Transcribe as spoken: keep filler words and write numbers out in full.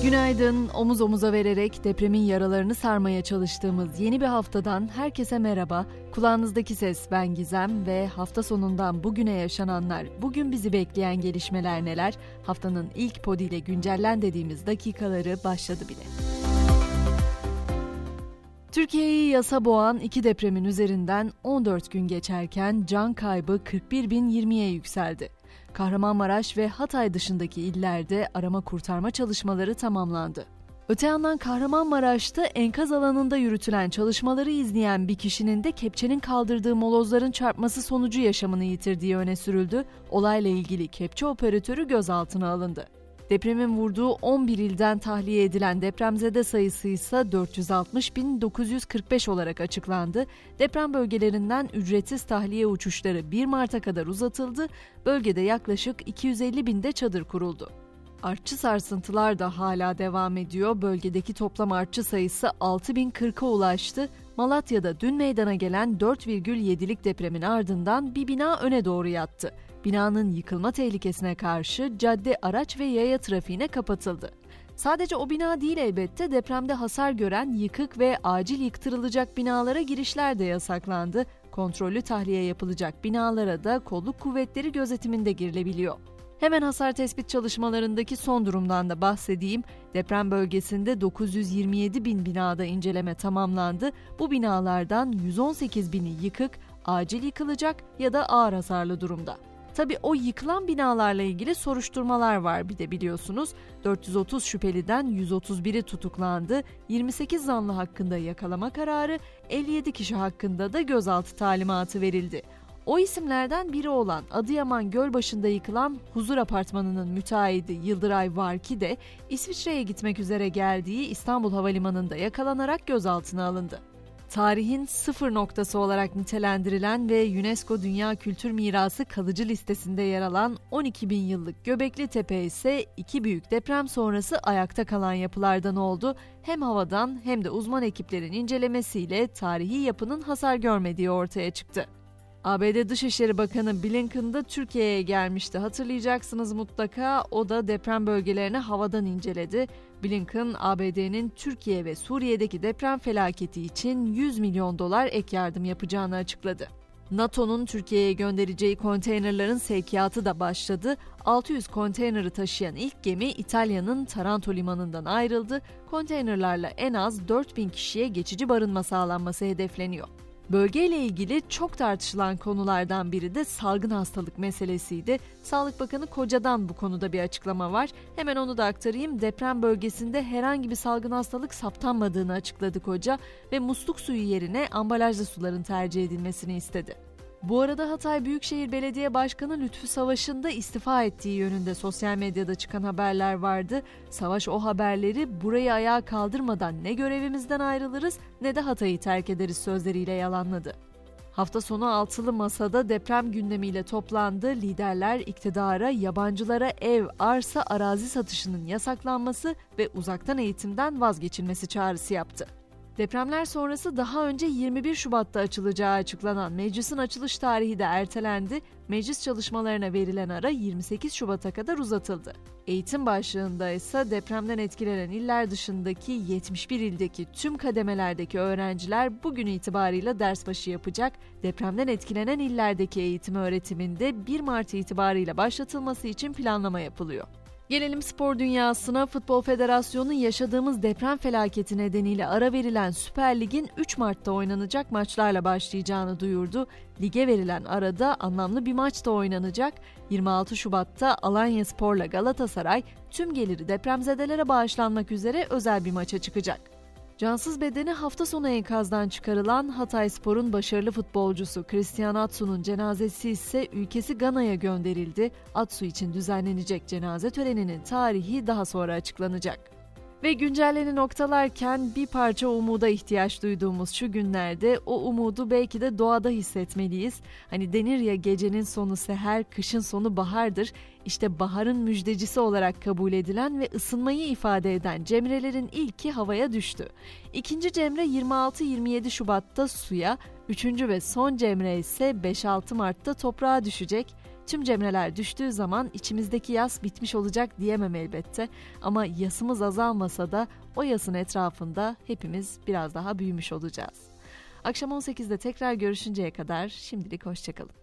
Günaydın, omuz omuza vererek depremin yaralarını sarmaya çalıştığımız yeni bir haftadan herkese merhaba. Kulağınızdaki ses ben Gizem ve hafta sonundan bugüne yaşananlar, bugün bizi bekleyen gelişmeler neler? Haftanın ilk pod ile güncellen dediğimiz dakikaları başladı bile. Türkiye'yi yasa boğan iki depremin üzerinden on dört gün geçerken can kaybı kırk bir bin yirmiye yükseldi. Kahramanmaraş ve Hatay dışındaki illerde arama kurtarma çalışmaları tamamlandı. Öte yandan Kahramanmaraş'ta enkaz alanında yürütülen çalışmaları izleyen bir kişinin de kepçenin kaldırdığı molozların çarpması sonucu yaşamını yitirdiği öne sürüldü. Olayla ilgili kepçe operatörü gözaltına alındı. Depremin vurduğu on bir ilden tahliye edilen depremzede sayısı ise dört yüz altmış bin dokuz yüz kırk beş olarak açıklandı. Deprem bölgelerinden ücretsiz tahliye uçuşları bir Mart'a kadar uzatıldı. Bölgede yaklaşık iki yüz elli binde çadır kuruldu. Artçı sarsıntılar da hala devam ediyor. Bölgedeki toplam artçı sayısı altı bin kırka ulaştı. Malatya'da dün meydana gelen dört virgül yedilik depremin ardından bir bina öne doğru yattı. Binanın yıkılma tehlikesine karşı cadde, araç ve yaya trafiğine kapatıldı. Sadece o bina değil elbette, depremde hasar gören yıkık ve acil yıktırılacak binalara girişler de yasaklandı. Kontrollü tahliye yapılacak binalara da kolluk kuvvetleri gözetiminde girilebiliyor. Hemen hasar tespit çalışmalarındaki son durumdan da bahsedeyim. Deprem bölgesinde dokuz yüz yirmi yedi bin binada inceleme tamamlandı. Bu binalardan yüz on sekiz bini yıkık, acil yıkılacak ya da ağır hasarlı durumda. Tabii o yıkılan binalarla ilgili soruşturmalar var bir de biliyorsunuz. dört yüz otuz şüpheliden yüz otuz biri tutuklandı. yirmi sekiz zanlı hakkında yakalama kararı, elli yedi kişi hakkında da gözaltı talimatı verildi. O isimlerden biri olan Adıyaman Gölbaşı'nda yıkılan Huzur Apartmanı'nın müteahhidi Yıldıray Varki de İsviçre'ye gitmek üzere geldiği İstanbul Havalimanı'nda yakalanarak gözaltına alındı. Tarihin sıfır noktası olarak nitelendirilen ve UNESCO Dünya Kültür Mirası kalıcı listesinde yer alan on iki bin yıllık Göbekli Tepe ise iki büyük deprem sonrası ayakta kalan yapılardan oldu. Hem havadan hem de uzman ekiplerin incelemesiyle tarihi yapının hasar görmediği ortaya çıktı. A B D Dışişleri Bakanı Blinken de Türkiye'ye gelmişti. Hatırlayacaksınız mutlaka, o da deprem bölgelerini havadan inceledi. Blinken, A B D'nin Türkiye ve Suriye'deki deprem felaketi için yüz milyon dolar ek yardım yapacağını açıkladı. NATO'nun Türkiye'ye göndereceği konteynerların sevkiyatı da başladı. altı yüz konteyneri taşıyan ilk gemi İtalya'nın Taranto limanından ayrıldı. Konteynerlarla en az dört bin kişiye geçici barınma sağlanması hedefleniyor. Bölgeyle ilgili çok tartışılan konulardan biri de salgın hastalık meselesiydi. Sağlık Bakanı Koca'dan bu konuda bir açıklama var. Hemen onu da aktarayım. Deprem bölgesinde herhangi bir salgın hastalık saptanmadığını açıkladı Koca ve musluk suyu yerine ambalajlı suların tercih edilmesini istedi. Bu arada Hatay Büyükşehir Belediye Başkanı Lütfü Savaş'ın da istifa ettiği yönünde sosyal medyada çıkan haberler vardı. Savaş o haberleri burayı ayağa kaldırmadan ne görevimizden ayrılırız ne de Hatay'ı terk ederiz sözleriyle yalanladı. Hafta sonu altılı masada deprem gündemiyle toplandı. Liderler iktidara yabancılara ev, arsa, arazi satışının yasaklanması ve uzaktan eğitimden vazgeçilmesi çağrısı yaptı. Depremler sonrası daha önce yirmi bir Şubat'ta açılacağı açıklanan meclisin açılış tarihi de ertelendi. Meclis çalışmalarına verilen ara yirmi sekiz Şubat'a kadar uzatıldı. Eğitim başlığında ise depremden etkilenen iller dışındaki yetmiş bir ildeki tüm kademelerdeki öğrenciler bugün itibarıyla ders başı yapacak. Depremden etkilenen illerdeki eğitim öğretiminde bir Mart itibarıyla başlatılması için planlama yapılıyor. Gelelim spor dünyasına. Futbol Federasyonu yaşadığımız deprem felaketi nedeniyle ara verilen Süper Lig'in üç Mart'ta oynanacak maçlarla başlayacağını duyurdu. Lige verilen arada anlamlı bir maç da oynanacak. yirmi altı Şubat'ta Alanyaspor'la Galatasaray tüm geliri depremzedelere bağışlanmak üzere özel bir maça çıkacak. Cansız bedeni hafta sonu enkazdan çıkarılan Hatayspor'un başarılı futbolcusu Christian Atsu'nun cenazesi ise ülkesi Gana'ya gönderildi. Atsu için düzenlenecek cenaze töreninin tarihi daha sonra açıklanacak. Ve güncelleni noktalarken bir parça umuda ihtiyaç duyduğumuz şu günlerde o umudu belki de doğada hissetmeliyiz. Hani denir ya, gecenin sonu seher, kışın sonu bahardır. İşte baharın müjdecisi olarak kabul edilen ve ısınmayı ifade eden cemrelerin ilki havaya düştü. İkinci cemre yirmi altı yirmi yedi Şubat'ta suya, üçüncü ve son cemre ise beş altı Mart'ta toprağa düşecek. Tüm cemreler düştüğü zaman içimizdeki yas bitmiş olacak diyemem elbette. Ama yasımız azalmasa da o yasın etrafında hepimiz biraz daha büyümüş olacağız. Akşam on sekizde tekrar görüşünceye kadar şimdilik hoşçakalın.